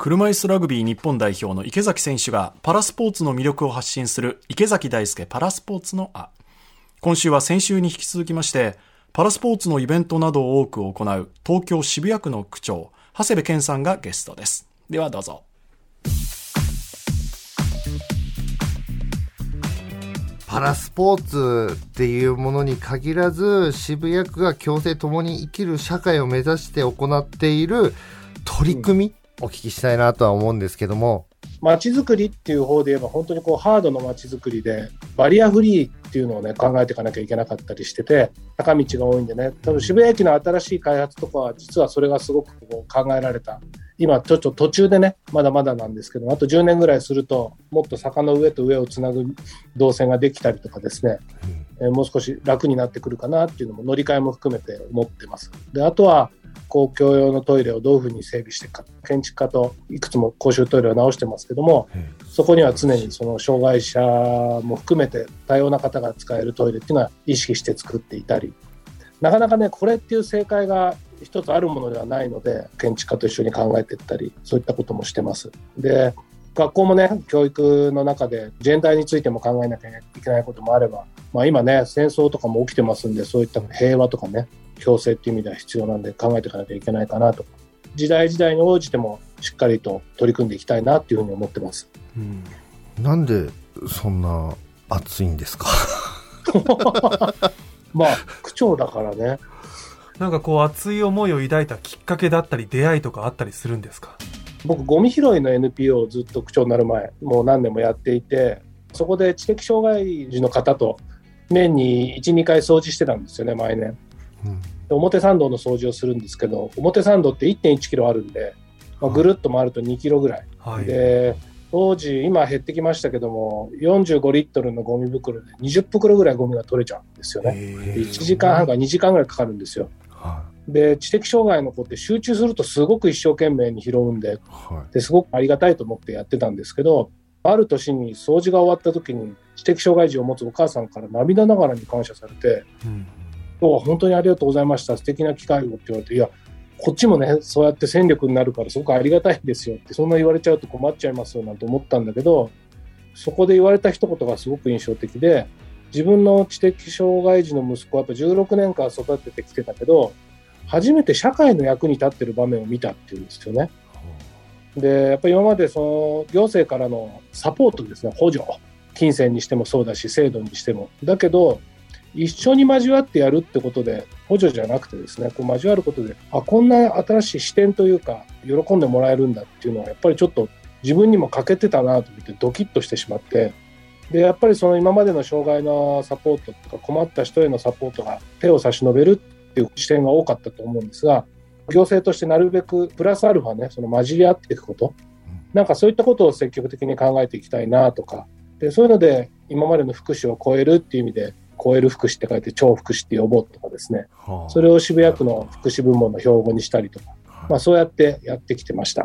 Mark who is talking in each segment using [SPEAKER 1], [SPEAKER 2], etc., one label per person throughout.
[SPEAKER 1] 車椅子ラグビー日本代表の池崎選手がパラスポーツの魅力を発信する池崎大輔パラスポーツのあ。今週は先週に引き続きましてパラスポーツのイベントなどを多く行う東京渋谷区の区長長谷部健さんがゲストです。ではどうぞ。
[SPEAKER 2] パラスポーツっていうものに限らず渋谷区が共生共に生きる社会を目指して行っている取り組み、お聞きしたいなとは思うんですけども、
[SPEAKER 3] 街づくりっていう方で言えば本当にハードの街づくりでバリアフリーっていうのをね考えていかなきゃいけなかったりしてて、坂道が多いんでね、多分渋谷駅の新しい開発とかは実はそれがすごく考えられた。今ちょっと途中でねまだまだなんですけど、あと10年ぐらいするともっと坂の上と上をつなぐ動線ができたりとかですね、もう少し楽になってくるかなっていうのも乗り換えも含めて思ってます。であとは公共用のトイレをどういうふうに整備していくか、建築家といくつも公衆トイレを直してますけども、そこには常にその障害者も含めて多様な方が使えるトイレっていうのは意識して作っていたり、なかなかねこれっていう正解が一つあるものではないので建築家と一緒に考えていったり、そういったこともしてます。で学校もね教育の中でジェンダーについても考えなきゃいけないこともあれば、今ね戦争とかも起きてますんで、そういった平和とかね共生っていう意味では必要なんで考えていかなきゃいけないかなと、時代時代に応じてもしっかりと取り組んでいきたいなっていうふうに思ってます。
[SPEAKER 2] なんでそんな熱いんですか
[SPEAKER 3] 区長だからね。
[SPEAKER 4] なんか熱い思いを抱いたきっかけだったり出会いとかあったりするんですか？
[SPEAKER 3] 僕ゴミ拾いの NPO をずっと区長になる前もう何年もやっていて、そこで知的障害児の方と年に 1,2 回掃除してたんですよね毎年。表参道の掃除をするんですけど、表参道って 1.1 キロあるんで、ぐるっと回ると2キロぐらい、で当時今減ってきましたけども45リットルのゴミ袋で20袋ぐらいゴミが取れちゃうんですよね。1時間半から2時間ぐらいかかるんですよ。で知的障害の子って集中するとすごく一生懸命に拾うんで、ですごくありがたいと思ってやってたんですけど、ある年に掃除が終わった時に知的障害児を持つお母さんから涙ながらに感謝されて、今日は本当にありがとうございました、素敵な機会をって言われて、いやこっちもねそうやって戦力になるからすごくありがたいんですよって、そんな言われちゃうと困っちゃいますよなんて思ったんだけど、そこで言われた一言がすごく印象的で、自分の知的障害児の息子はやっぱ16年間育ててきてたけど初めて社会の役に立ってる場面を見たっていうんですよね。でやっぱり今までその行政からのサポートですね、補助、金銭にしてもそうだし制度にしてもだけど、一緒に交わってやるってことで補助じゃなくてですね、交わることでこんな新しい視点というか喜んでもらえるんだっていうのはやっぱりちょっと自分にも欠けてたなと思ってドキッとしてしまって、でやっぱりその今までの障害のサポートとか困った人へのサポートが手を差し伸べるっていう視点が多かったと思うんですが、行政としてなるべくプラスアルファねその混じり合っていくこと、なんかそういったことを積極的に考えていきたいなとか、でそういうので今までの福祉を超えるっていう意味で超える福祉って書いて超福祉って呼ぼうとかですね、それを渋谷区の福祉部門の標語にしたりとか、そうやってやってきてました。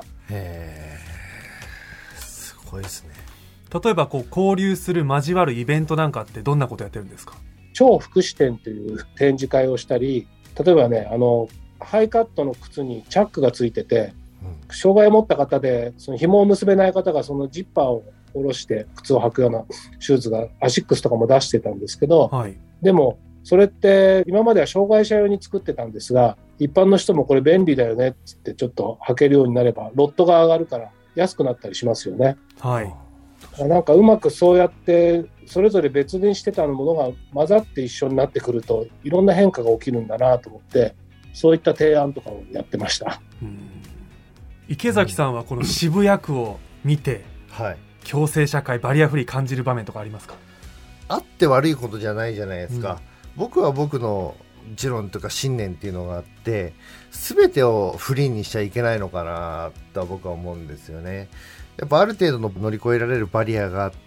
[SPEAKER 2] すごいですね。
[SPEAKER 4] 例えば交流する交わるイベントなんかってどんなことやってるんですか？
[SPEAKER 3] 超福祉展という展示会をしたり、例えばねハイカットの靴にチャックがついてて、障害を持った方でその紐を結べない方がそのジッパーを下ろして靴を履くようなシューズがアシックスとかも出してたんですけど、でもそれって今までは障害者用に作ってたんですが、一般の人もこれ便利だよねってちょっと履けるようになればロットが上がるから安くなったりしますよね。なんかうまくそうやってそれぞれ別にしてたものが混ざって一緒になってくるといろんな変化が起きるんだなと思って、そういった提案とかをやってました。
[SPEAKER 4] 池崎さんはこの渋谷区を見て、共生社会バリアフリー感じる場面とかありますか？
[SPEAKER 2] あって悪いことじゃないじゃないですか。僕は僕の持論とか信念っていうのがあって、全てをフリーにしちゃいけないのかなとは僕は思うんですよね。やっぱある程度の乗り越えられるバリアがあって、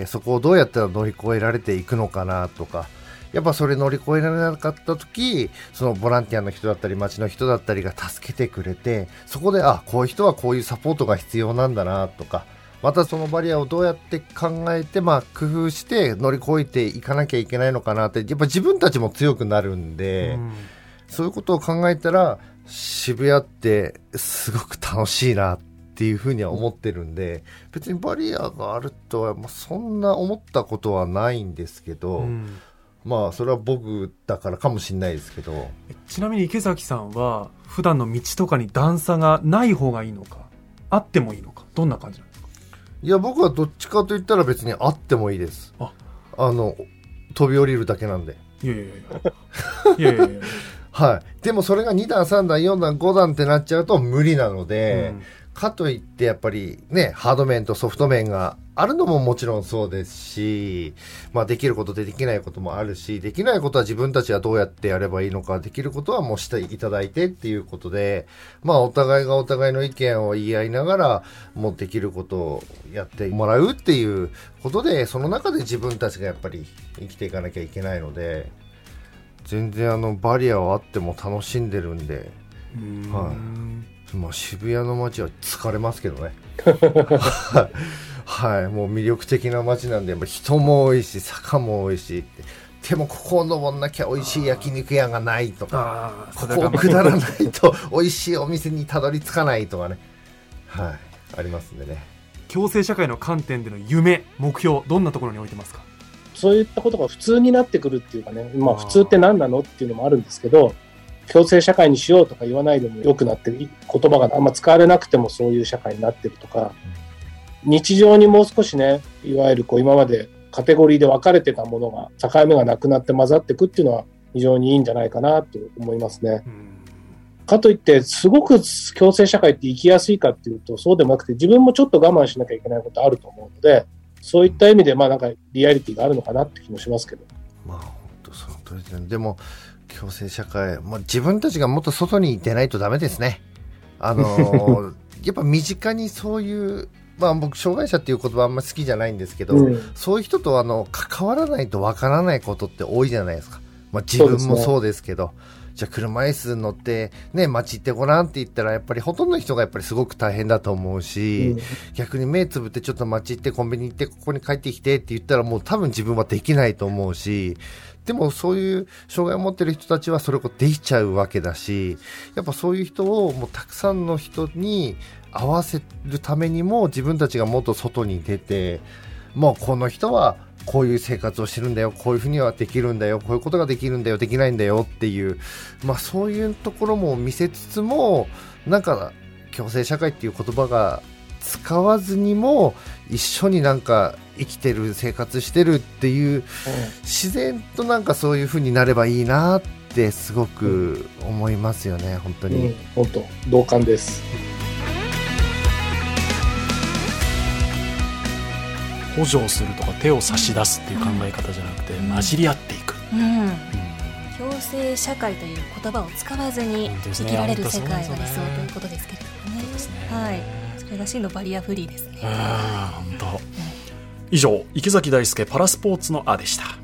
[SPEAKER 2] そこをどうやったら乗り越えられていくのかなとか、やっぱそれ乗り越えられなかった時、そのボランティアの人だったり街の人だったりが助けてくれて、そこでこういう人はこういうサポートが必要なんだなとか、またそのバリアをどうやって考えて、工夫して乗り越えていかなきゃいけないのかなって、やっぱ自分たちも強くなるんで、そういうことを考えたら渋谷ってすごく楽しいなっっていうふうには思ってるんで、別にバリアがあるとは、そんな思ったことはないんですけど、それは僕だからかもしれないですけど。
[SPEAKER 4] ちなみに池崎さんは普段の道とかに段差がない方がいいのか、あってもいいのか、どんな感じなんですか？
[SPEAKER 2] いや、僕はどっちかといったら別にあってもいいです。飛び降りるだけなんで。
[SPEAKER 4] いや
[SPEAKER 2] はい。でもそれが2段3段4段5段ってなっちゃうと無理なので、かといってやっぱりね、ハード面とソフト面があるのももちろんそうですし、できることでできないこともあるし、できないことは自分たちはどうやってやればいいのか、できることはもうしていただいてっていうことで、お互いがお互いの意見を言い合いながら、もうできることをやってもらうっていうことで、その中で自分たちがやっぱり生きていかなきゃいけないので、全然バリアはあっても楽しんでるんで、渋谷の街は疲れますけどねはい、もう魅力的な街なんで、人も多いし坂も多いし、でもここを登んなきゃ美味しい焼肉屋がないとか、ここを下らないと美味しいお店にたどり着かないとかね、ありますんでね。
[SPEAKER 4] 共生社会の観点での夢、目標、どんなところに置いてますか？
[SPEAKER 3] そういったことが普通になってくるっていうかね、普通って何なのっていうのもあるんですけど、共生社会にしようとか言わないでもよくなってる、言葉があんま使われなくてもそういう社会になってるとか、日常にもう少しね、いわゆる今までカテゴリーで分かれてたものが境目がなくなって混ざっていくっていうのは非常にいいんじゃないかなと思いますね。かといってすごく共生社会って生きやすいかっていうとそうでもなくて、自分もちょっと我慢しなきゃいけないことあると思うので、そういった意味でなんかリアリティがあるのかなって気もしますけど。
[SPEAKER 2] 本当その通りですね。でも共生社会、自分たちがもっと外に出ないとダメですね。やっぱ身近にそういう、僕障害者っていう言葉あんまり好きじゃないんですけど、そういう人と関わらないとわからないことって多いじゃないですか。自分もそうですけど、じゃあ車椅子乗ってね、街行ってごらんって言ったら、やっぱりほとんどの人がやっぱりすごく大変だと思うし、逆に目つぶってちょっと街行ってコンビニ行ってここに帰ってきてって言ったら、もう多分自分はできないと思うし、でもそういう障害を持ってる人たちはそれをできちゃうわけだし、やっぱそういう人をもうたくさんの人に合わせるためにも、自分たちがもっと外に出て、もうこの人はこういう生活をしてるんだよ、こういうふうにはできるんだよ、こういうことができるんだよ、できないんだよっていう、そういうところも見せつつも、なんか共生社会っていう言葉が使わずにも一緒になんか生きてる、生活してるっていう、自然となんかそういうふうになればいいなってすごく思いますよね。本当に、
[SPEAKER 3] 本当同感です。
[SPEAKER 1] 補助するとか手を差し出すっていう考え方じゃなくて、混じり合っていく、
[SPEAKER 5] 共生社会という言葉を使わずに生きられる世界が理想ということですけれどもね。はい、それが真のバリアフリーですね。
[SPEAKER 1] 本当。以上、池崎大輔パラスポーツのあでした。